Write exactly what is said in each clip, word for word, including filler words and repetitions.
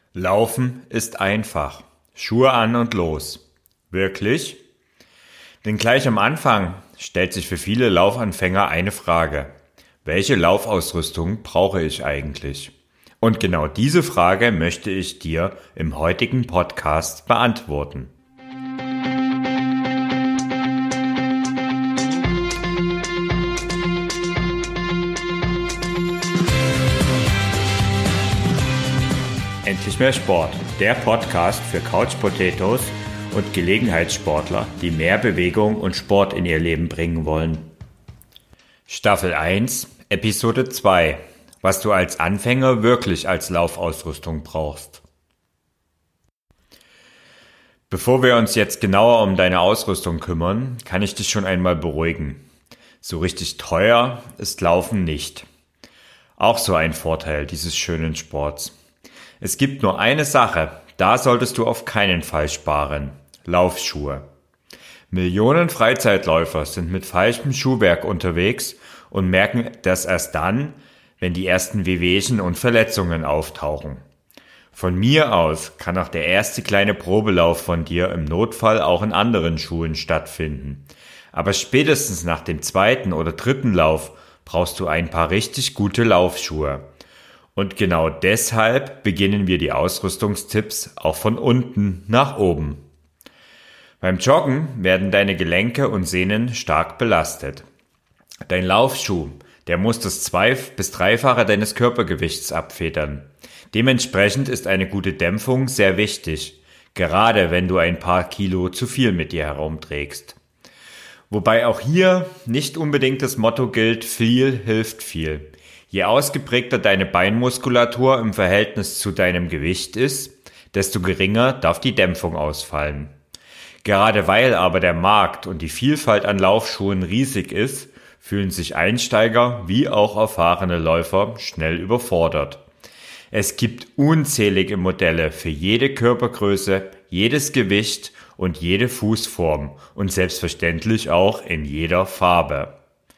Laufen ist einfach. Schuhe an und los. Wirklich? Denn gleich am Anfang stellt sich für viele Laufanfänger eine Frage. Welche Laufausrüstung brauche ich eigentlich? Und genau diese Frage möchte ich dir im heutigen Podcast beantworten. Endlich mehr Sport, der Podcast für Couch Potatoes und Gelegenheitssportler, die mehr Bewegung und Sport in ihr Leben bringen wollen. Staffel eins, Episode zwei. Was du als Anfänger wirklich als Laufausrüstung brauchst. Bevor wir uns jetzt genauer um deine Ausrüstung kümmern, kann ich dich schon einmal beruhigen. So richtig teuer ist Laufen nicht. Auch so ein Vorteil dieses schönen Sports. Es gibt nur eine Sache, da solltest du auf keinen Fall sparen. Laufschuhe. Millionen Freizeitläufer sind mit falschem Schuhwerk unterwegs und merken das erst dann, wenn die ersten Wehwehchen und Verletzungen auftauchen. Von mir aus kann auch der erste kleine Probelauf von dir im Notfall auch in anderen Schuhen stattfinden. Aber spätestens nach dem zweiten oder dritten Lauf brauchst du ein paar richtig gute Laufschuhe. Und genau deshalb beginnen wir die Ausrüstungstipps auch von unten nach oben. Beim Joggen werden deine Gelenke und Sehnen stark belastet. Dein Laufschuh, der muss das zwei- bis dreifache deines Körpergewichts abfedern. Dementsprechend ist eine gute Dämpfung sehr wichtig, gerade wenn du ein paar Kilo zu viel mit dir herumträgst. Wobei auch hier nicht unbedingt das Motto gilt, viel hilft viel. Je ausgeprägter deine Beinmuskulatur im Verhältnis zu deinem Gewicht ist, desto geringer darf die Dämpfung ausfallen. Gerade weil aber der Markt und die Vielfalt an Laufschuhen riesig ist, fühlen sich Einsteiger wie auch erfahrene Läufer schnell überfordert. Es gibt unzählige Modelle für jede Körpergröße, jedes Gewicht und jede Fußform und selbstverständlich auch in jeder Farbe.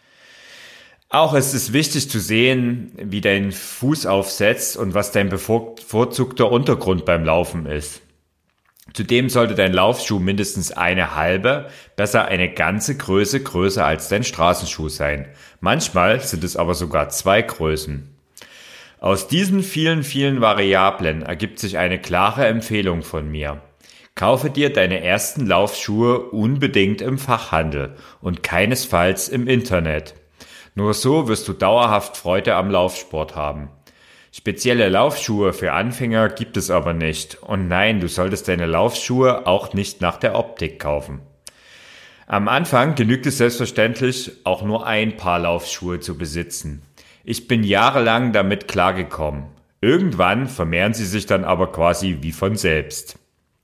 Auch ist es wichtig zu sehen, wie dein Fuß aufsetzt und was dein bevorzugter Untergrund beim Laufen ist. Zudem sollte dein Laufschuh mindestens eine halbe, besser eine ganze Größe größer als dein Straßenschuh sein. Manchmal sind es aber sogar zwei Größen. Aus diesen vielen, vielen Variablen ergibt sich eine klare Empfehlung von mir. Kaufe dir deine ersten Laufschuhe unbedingt im Fachhandel und keinesfalls im Internet. Nur so wirst du dauerhaft Freude am Laufsport haben. Spezielle Laufschuhe für Anfänger gibt es aber nicht. Und nein, du solltest deine Laufschuhe auch nicht nach der Optik kaufen. Am Anfang genügt es selbstverständlich, auch nur ein Paar Laufschuhe zu besitzen. Ich bin jahrelang damit klargekommen. Irgendwann vermehren sie sich dann aber quasi wie von selbst.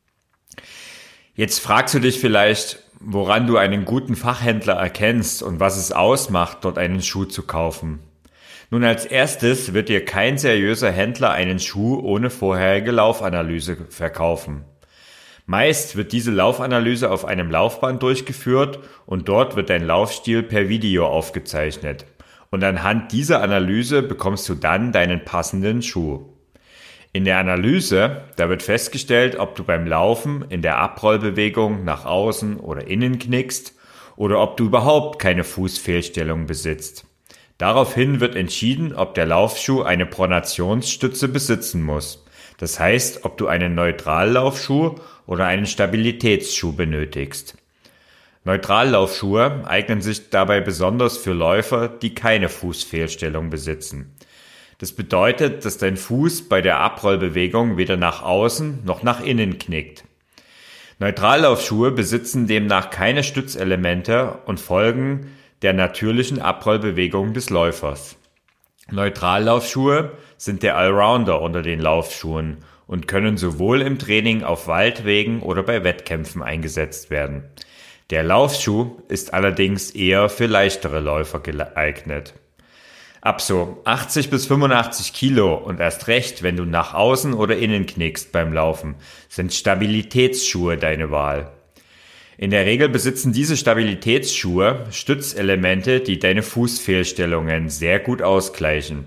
Jetzt fragst du dich vielleicht, woran du einen guten Fachhändler erkennst und was es ausmacht, dort einen Schuh zu kaufen. Nun, als erstes wird dir kein seriöser Händler einen Schuh ohne vorherige Laufanalyse verkaufen. Meist wird diese Laufanalyse auf einem Laufband durchgeführt und dort wird dein Laufstil per Video aufgezeichnet. Und anhand dieser Analyse bekommst du dann deinen passenden Schuh. In der Analyse, da wird festgestellt, ob du beim Laufen in der Abrollbewegung nach außen oder innen knickst oder ob du überhaupt keine Fußfehlstellung besitzt. Daraufhin wird entschieden, ob der Laufschuh eine Pronationsstütze besitzen muss. Das heißt, ob du einen Neutrallaufschuh oder einen Stabilitätsschuh benötigst. Neutrallaufschuhe eignen sich dabei besonders für Läufer, die keine Fußfehlstellung besitzen. Das bedeutet, dass dein Fuß bei der Abrollbewegung weder nach außen noch nach innen knickt. Neutrallaufschuhe besitzen demnach keine Stützelemente und folgen der natürlichen Abrollbewegung des Läufers. Neutrallaufschuhe sind der Allrounder unter den Laufschuhen und können sowohl im Training auf Waldwegen oder bei Wettkämpfen eingesetzt werden. Der Laufschuh ist allerdings eher für leichtere Läufer geeignet. Ab so achtzig bis fünfundachtzig Kilo und erst recht, wenn du nach außen oder innen knickst beim Laufen, sind Stabilitätsschuhe deine Wahl. In der Regel besitzen diese Stabilitätsschuhe Stützelemente, die deine Fußfehlstellungen sehr gut ausgleichen.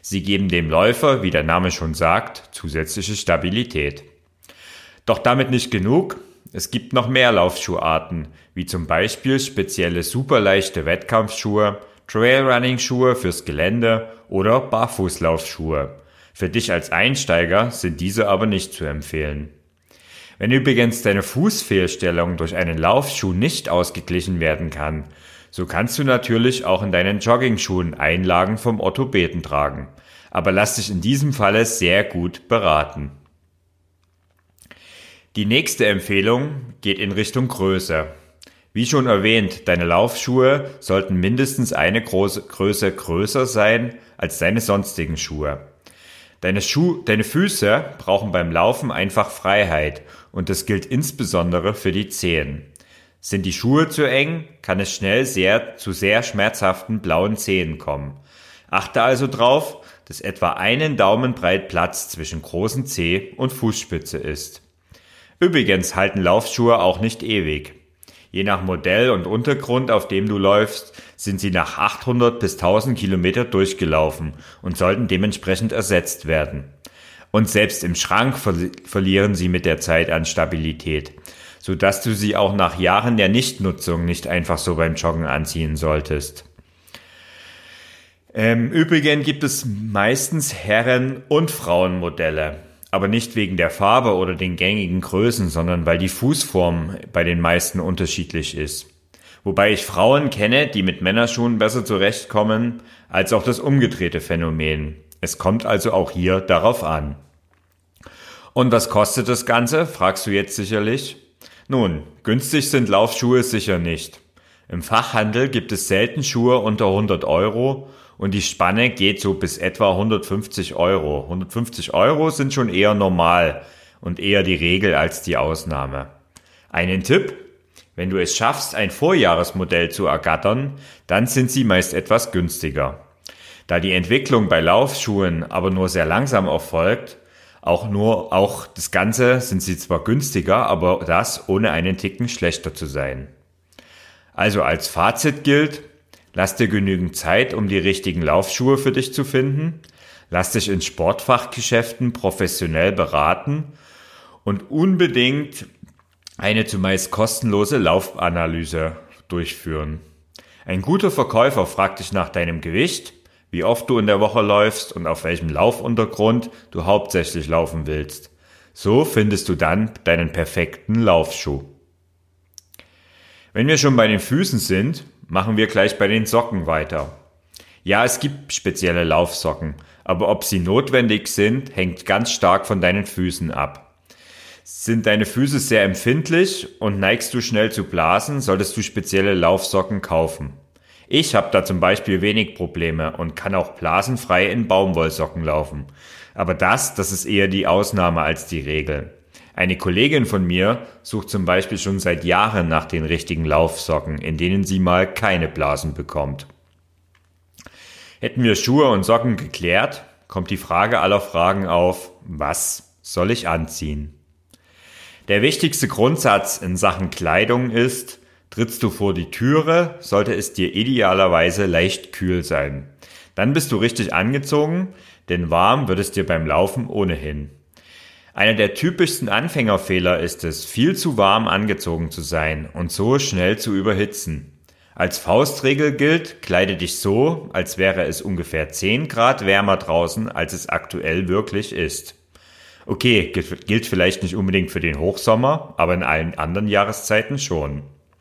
Sie geben dem Läufer, wie der Name schon sagt, zusätzliche Stabilität. Doch damit nicht genug. Es gibt noch mehr Laufschuharten, wie zum Beispiel spezielle superleichte Wettkampfschuhe, Trailrunning-Schuhe fürs Gelände oder Barfußlaufschuhe. Für dich als Einsteiger sind diese aber nicht zu empfehlen. Wenn übrigens deine Fußfehlstellung durch einen Laufschuh nicht ausgeglichen werden kann, so kannst du natürlich auch in deinen Joggingschuhen Einlagen vom Orthopäden tragen. Aber lass dich in diesem Falle sehr gut beraten. Die nächste Empfehlung geht in Richtung Größe. Wie schon erwähnt, deine Laufschuhe sollten mindestens eine große Größe größer sein als deine sonstigen Schuhe. Deine, Schuh, deine Füße brauchen beim Laufen einfach Freiheit und das gilt insbesondere für die Zehen. Sind die Schuhe zu eng, kann es schnell sehr zu sehr schmerzhaften blauen Zehen kommen. Achte also drauf, dass etwa einen Daumen breit Platz zwischen großen Zeh und Fußspitze ist. Übrigens halten Laufschuhe auch nicht ewig. Je nach Modell und Untergrund, auf dem du läufst, sind sie nach achthundert bis tausend Kilometer durchgelaufen und sollten dementsprechend ersetzt werden. Und selbst im Schrank ver- verlieren sie mit der Zeit an Stabilität, sodass du sie auch nach Jahren der Nichtnutzung nicht einfach so beim Joggen anziehen solltest. Im Übrigen gibt es meistens Herren- und Frauenmodelle. Aber nicht wegen der Farbe oder den gängigen Größen, sondern weil die Fußform bei den meisten unterschiedlich ist. Wobei ich Frauen kenne, die mit Männerschuhen besser zurechtkommen, als auch das umgedrehte Phänomen. Es kommt also auch hier darauf an. Und was kostet das Ganze, fragst du jetzt sicherlich? Nun, günstig sind Laufschuhe sicher nicht. Im Fachhandel gibt es selten Schuhe unter hundert Euro und die Spanne geht so bis etwa hundertfünfzig Euro. hundertfünfzig Euro sind schon eher normal und eher die Regel als die Ausnahme. Einen Tipp: Wenn du es schaffst, ein Vorjahresmodell zu ergattern, dann sind sie meist etwas günstiger. Da die Entwicklung bei Laufschuhen aber nur sehr langsam erfolgt, auch nur auch das Ganze sind sie zwar günstiger, aber das ohne einen Ticken schlechter zu sein. Also als Fazit gilt: Lass dir genügend Zeit, um die richtigen Laufschuhe für dich zu finden. Lass dich in Sportfachgeschäften professionell beraten und unbedingt eine zumeist kostenlose Laufanalyse durchführen. Ein guter Verkäufer fragt dich nach deinem Gewicht, wie oft du in der Woche läufst und auf welchem Laufuntergrund du hauptsächlich laufen willst. So findest du dann deinen perfekten Laufschuh. Wenn wir schon bei den Füßen sind, machen wir gleich bei den Socken weiter. Ja, es gibt spezielle Laufsocken, aber ob sie notwendig sind, hängt ganz stark von deinen Füßen ab. Sind deine Füße sehr empfindlich und neigst du schnell zu Blasen, solltest du spezielle Laufsocken kaufen. Ich habe da zum Beispiel wenig Probleme und kann auch blasenfrei in Baumwollsocken laufen. Aber das, das ist eher die Ausnahme als die Regel. Eine Kollegin von mir sucht zum Beispiel schon seit Jahren nach den richtigen Laufsocken, in denen sie mal keine Blasen bekommt. Hätten wir Schuhe und Socken geklärt, kommt die Frage aller Fragen auf: Was soll ich anziehen? Der wichtigste Grundsatz in Sachen Kleidung ist: Trittst du vor die Türe, sollte es dir idealerweise leicht kühl sein. Dann bist du richtig angezogen, denn warm wird es dir beim Laufen ohnehin. Einer der typischsten Anfängerfehler ist es, viel zu warm angezogen zu sein und so schnell zu überhitzen. Als Faustregel gilt: Kleide dich so, als wäre es ungefähr zehn Grad wärmer draußen, als es aktuell wirklich ist. Okay, gilt vielleicht nicht unbedingt für den Hochsommer, aber in allen anderen Jahreszeiten schon.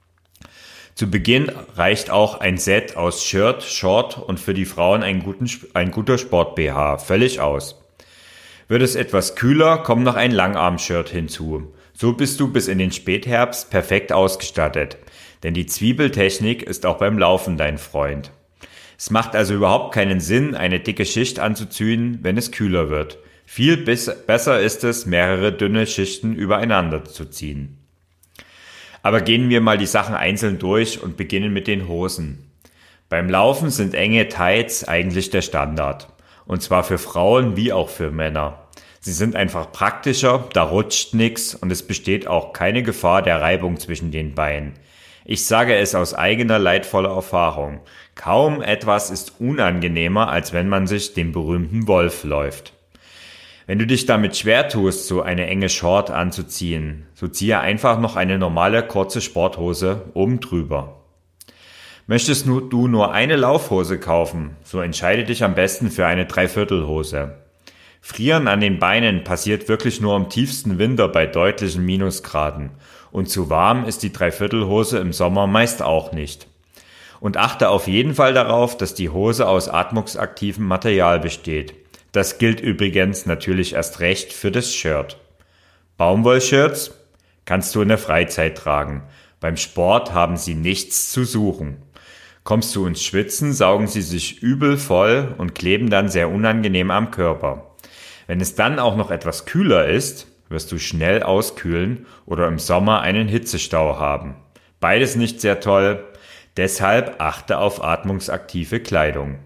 Zu Beginn reicht auch ein Set aus Shirt, Short und für die Frauen ein, guten, ein guter Sport-B H völlig aus. Wird es etwas kühler, kommt noch ein Langarm-Shirt hinzu. So bist du bis in den Spätherbst perfekt ausgestattet, denn die Zwiebeltechnik ist auch beim Laufen dein Freund. Es macht also überhaupt keinen Sinn, eine dicke Schicht anzuziehen, wenn es kühler wird. Viel besser ist es, mehrere dünne Schichten übereinander zu ziehen. Aber gehen wir mal die Sachen einzeln durch und beginnen mit den Hosen. Beim Laufen sind enge Tights eigentlich der Standard. Und zwar für Frauen wie auch für Männer. Sie sind einfach praktischer, da rutscht nix und es besteht auch keine Gefahr der Reibung zwischen den Beinen. Ich sage es aus eigener leidvoller Erfahrung. Kaum etwas ist unangenehmer, als wenn man sich den berühmten Wolf läuft. Wenn du dich damit schwer tust, so eine enge Short anzuziehen, so ziehe einfach noch eine normale kurze Sporthose oben drüber. Möchtest du nur eine Laufhose kaufen, so entscheide dich am besten für eine Dreiviertelhose. Frieren an den Beinen passiert wirklich nur im tiefsten Winter bei deutlichen Minusgraden und zu warm ist die Dreiviertelhose im Sommer meist auch nicht. Und achte auf jeden Fall darauf, dass die Hose aus atmungsaktivem Material besteht. Das gilt übrigens natürlich erst recht für das Shirt. Baumwollshirts kannst du in der Freizeit tragen. Beim Sport haben sie nichts zu suchen. Kommst du ins Schwitzen, saugen sie sich übel voll und kleben dann sehr unangenehm am Körper. Wenn es dann auch noch etwas kühler ist, wirst du schnell auskühlen oder im Sommer einen Hitzestau haben. Beides nicht sehr toll, deshalb achte auf atmungsaktive Kleidung.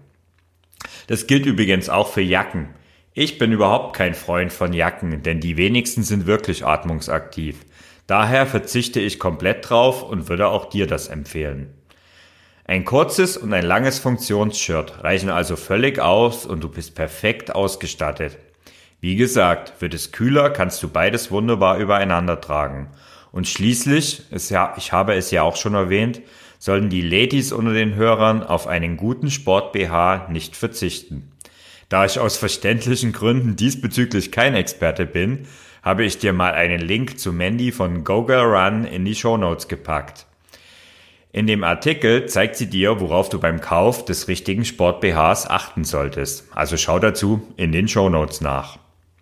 Das gilt übrigens auch für Jacken. Ich bin überhaupt kein Freund von Jacken, denn die wenigsten sind wirklich atmungsaktiv. Daher verzichte ich komplett drauf und würde auch dir das empfehlen. Ein kurzes und ein langes Funktionsshirt reichen also völlig aus und du bist perfekt ausgestattet. Wie gesagt, wird es kühler, kannst du beides wunderbar übereinander tragen. Und schließlich, ist ja, ich habe es ja auch schon erwähnt, sollten die Ladies unter den Hörern auf einen guten Sport-B H nicht verzichten. Da ich aus verständlichen Gründen diesbezüglich kein Experte bin, habe ich dir mal einen Link zu Mandy von Go Girl Run in die Shownotes gepackt. In dem Artikel zeigt sie dir, worauf du beim Kauf des richtigen Sport-B Hs achten solltest. Also schau dazu in den Shownotes nach.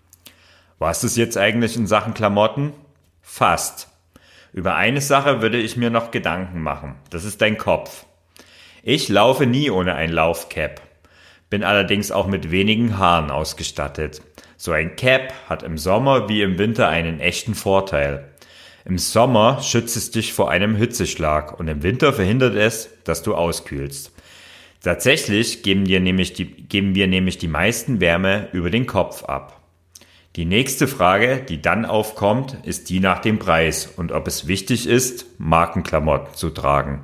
Was ist jetzt eigentlich in Sachen Klamotten? Fast. Über eine Sache würde ich mir noch Gedanken machen. Das ist dein Kopf. Ich laufe nie ohne ein Laufcap. Bin allerdings auch mit wenigen Haaren ausgestattet. So ein Cap hat im Sommer wie im Winter einen echten Vorteil. Im Sommer schützt es dich vor einem Hitzeschlag und im Winter verhindert es, dass du auskühlst. Tatsächlich geben, dir nämlich die, geben wir nämlich die meisten Wärme über den Kopf ab. Die nächste Frage, die dann aufkommt, ist die nach dem Preis und ob es wichtig ist, Markenklamotten zu tragen.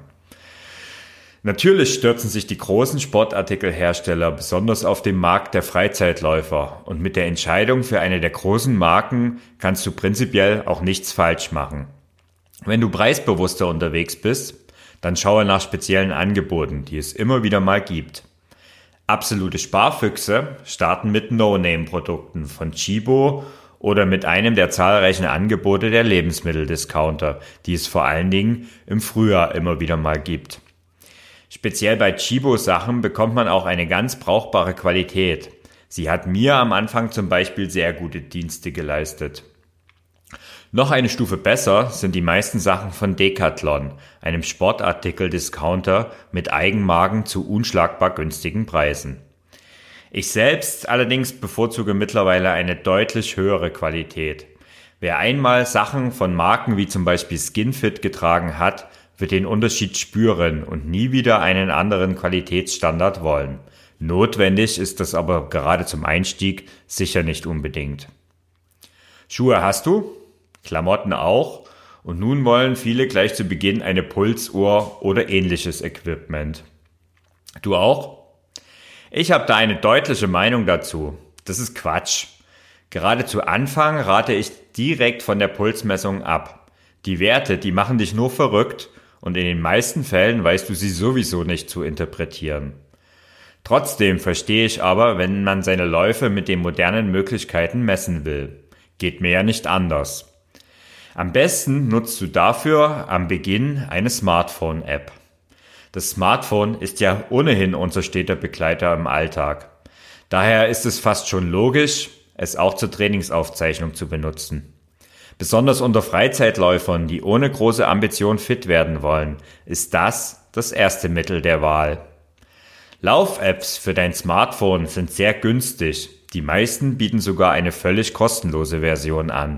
Natürlich stürzen sich die großen Sportartikelhersteller besonders auf den Markt der Freizeitläufer und mit der Entscheidung für eine der großen Marken kannst du prinzipiell auch nichts falsch machen. Wenn du preisbewusster unterwegs bist, dann schaue nach speziellen Angeboten, die es immer wieder mal gibt. Absolute Sparfüchse starten mit No-Name-Produkten von Tchibo oder mit einem der zahlreichen Angebote der Lebensmitteldiscounter, die es vor allen Dingen im Frühjahr immer wieder mal gibt. Speziell bei Tchibo-Sachen bekommt man auch eine ganz brauchbare Qualität. Sie hat mir am Anfang zum Beispiel sehr gute Dienste geleistet. Noch eine Stufe besser sind die meisten Sachen von Decathlon, einem Sportartikel-Discounter mit Eigenmarken zu unschlagbar günstigen Preisen. Ich selbst allerdings bevorzuge mittlerweile eine deutlich höhere Qualität. Wer einmal Sachen von Marken wie zum Beispiel Skinfit getragen hat, wird den Unterschied spüren und nie wieder einen anderen Qualitätsstandard wollen. Notwendig ist das aber gerade zum Einstieg sicher nicht unbedingt. Schuhe hast du? Klamotten auch? Und nun wollen viele gleich zu Beginn eine Pulsuhr oder ähnliches Equipment. Du auch? Ich habe da eine deutliche Meinung dazu. Das ist Quatsch. Gerade zu Anfang rate ich direkt von der Pulsmessung ab. Die Werte, die machen dich nur verrückt und in den meisten Fällen weißt du sie sowieso nicht zu interpretieren. Trotzdem verstehe ich aber, wenn man seine Läufe mit den modernen Möglichkeiten messen will. Geht mir ja nicht anders. Am besten nutzt du dafür am Beginn eine Smartphone-App. Das Smartphone ist ja ohnehin unser steter Begleiter im Alltag. Daher ist es fast schon logisch, es auch zur Trainingsaufzeichnung zu benutzen. Besonders unter Freizeitläufern, die ohne große Ambition fit werden wollen, ist das das erste Mittel der Wahl. Lauf-Apps für dein Smartphone sind sehr günstig. Die meisten bieten sogar eine völlig kostenlose Version an.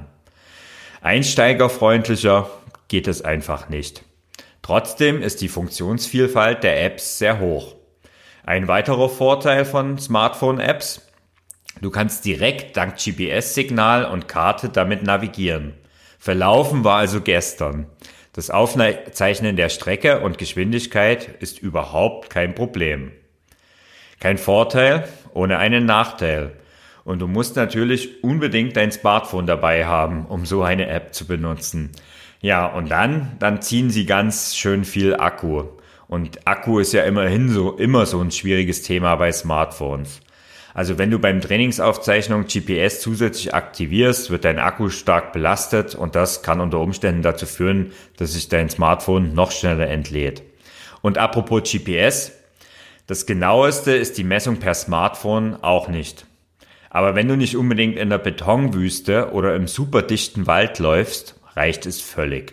Einsteigerfreundlicher geht es einfach nicht. Trotzdem ist die Funktionsvielfalt der Apps sehr hoch. Ein weiterer Vorteil von Smartphone-Apps: Du kannst direkt dank G P S-Signal und Karte damit navigieren. Verlaufen war also gestern. Das Aufzeichnen der Strecke und Geschwindigkeit ist überhaupt kein Problem. Kein Vorteil ohne einen Nachteil. Und du musst natürlich unbedingt dein Smartphone dabei haben, um so eine App zu benutzen. Ja, und dann, dann ziehen sie ganz schön viel Akku. Und Akku ist ja immerhin so, immer so ein schwieriges Thema bei Smartphones. Also wenn du beim Trainingsaufzeichnung G P S zusätzlich aktivierst, wird dein Akku stark belastet und das kann unter Umständen dazu führen, dass sich dein Smartphone noch schneller entlädt. Und apropos G P S, das genaueste ist die Messung per Smartphone auch nicht. Aber wenn du nicht unbedingt in der Betonwüste oder im superdichten Wald läufst, reicht es völlig.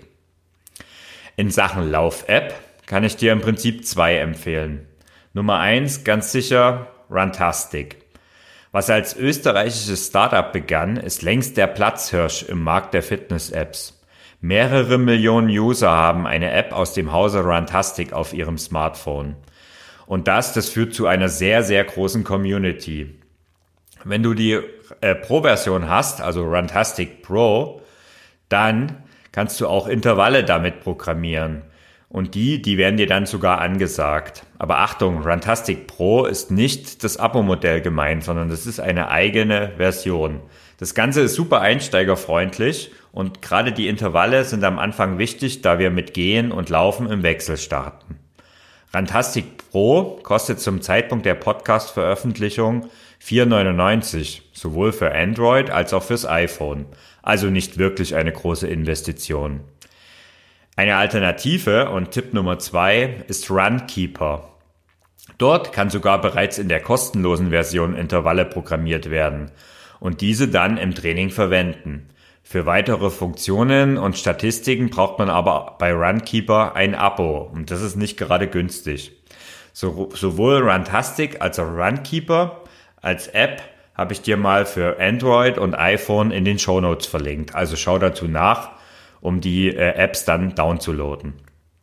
In Sachen Lauf-App kann ich dir im Prinzip zwei empfehlen. Nummer eins, ganz sicher, Runtastic. Was als österreichisches Startup begann, ist längst der Platzhirsch im Markt der Fitness-Apps. Mehrere Millionen User haben eine App aus dem Hause Runtastic auf ihrem Smartphone. Und das, das führt zu einer sehr, sehr großen Community. Wenn du die äh, Pro-Version hast, also Runtastic Pro, dann kannst du auch Intervalle damit programmieren. Und die, die werden dir dann sogar angesagt. Aber Achtung, Runtastic Pro ist nicht das Abo-Modell gemeint, sondern das ist eine eigene Version. Das Ganze ist super einsteigerfreundlich und gerade die Intervalle sind am Anfang wichtig, da wir mit Gehen und Laufen im Wechsel starten. Runtastic Pro kostet zum Zeitpunkt der Podcast-Veröffentlichung vier neunundneunzig, sowohl für Android als auch fürs iPhone. Also nicht wirklich eine große Investition. Eine Alternative und Tipp Nummer zwei ist Runkeeper. Dort kann sogar bereits in der kostenlosen Version Intervalle programmiert werden und diese dann im Training verwenden. Für weitere Funktionen und Statistiken braucht man aber bei Runkeeper ein Abo und das ist nicht gerade günstig. So, sowohl Runtastic als auch Runkeeper als App habe ich dir mal für Android und iPhone in den Shownotes verlinkt. Also schau dazu nach, um die äh, Apps dann downzuladen.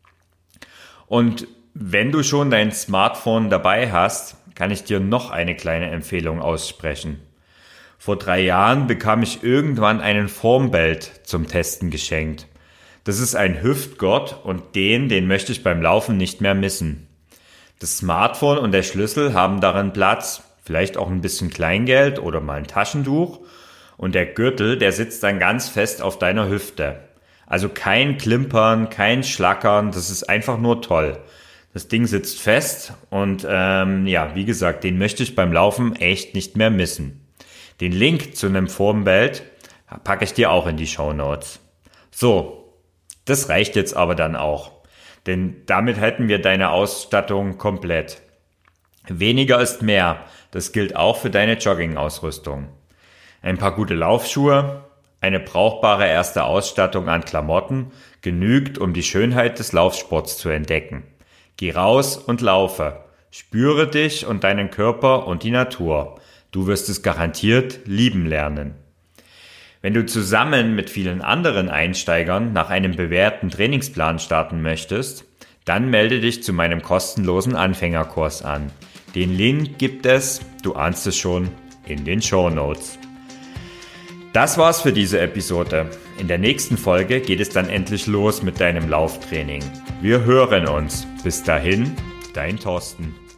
Und wenn du schon dein Smartphone dabei hast, kann ich dir noch eine kleine Empfehlung aussprechen. Vor drei Jahren bekam ich irgendwann einen Formbelt zum Testen geschenkt. Das ist ein Hüftgurt und den, den möchte ich beim Laufen nicht mehr missen. Das Smartphone und der Schlüssel haben darin Platz, vielleicht auch ein bisschen Kleingeld oder mal ein Taschentuch und der Gürtel, der sitzt dann ganz fest auf deiner Hüfte. Also kein Klimpern, kein Schlackern, das ist einfach nur toll. Das Ding sitzt fest und ähm, ja, wie gesagt, den möchte ich beim Laufen echt nicht mehr missen. Den Link zu einem Formbelt packe ich dir auch in die Shownotes. So, das reicht jetzt aber dann auch, denn damit hätten wir deine Ausstattung komplett. Weniger ist mehr, das gilt auch für deine Jogging-Ausrüstung. Ein paar gute Laufschuhe, eine brauchbare erste Ausstattung an Klamotten genügt, um die Schönheit des Laufsports zu entdecken. Geh raus und laufe. Spüre dich und deinen Körper und die Natur. Du wirst es garantiert lieben lernen. Wenn du zusammen mit vielen anderen Einsteigern nach einem bewährten Trainingsplan starten möchtest, dann melde dich zu meinem kostenlosen Anfängerkurs an. Den Link gibt es, du ahnst es schon, in den Shownotes. Das war's für diese Episode. In der nächsten Folge geht es dann endlich los mit deinem Lauftraining. Wir hören uns. Bis dahin, dein Thorsten.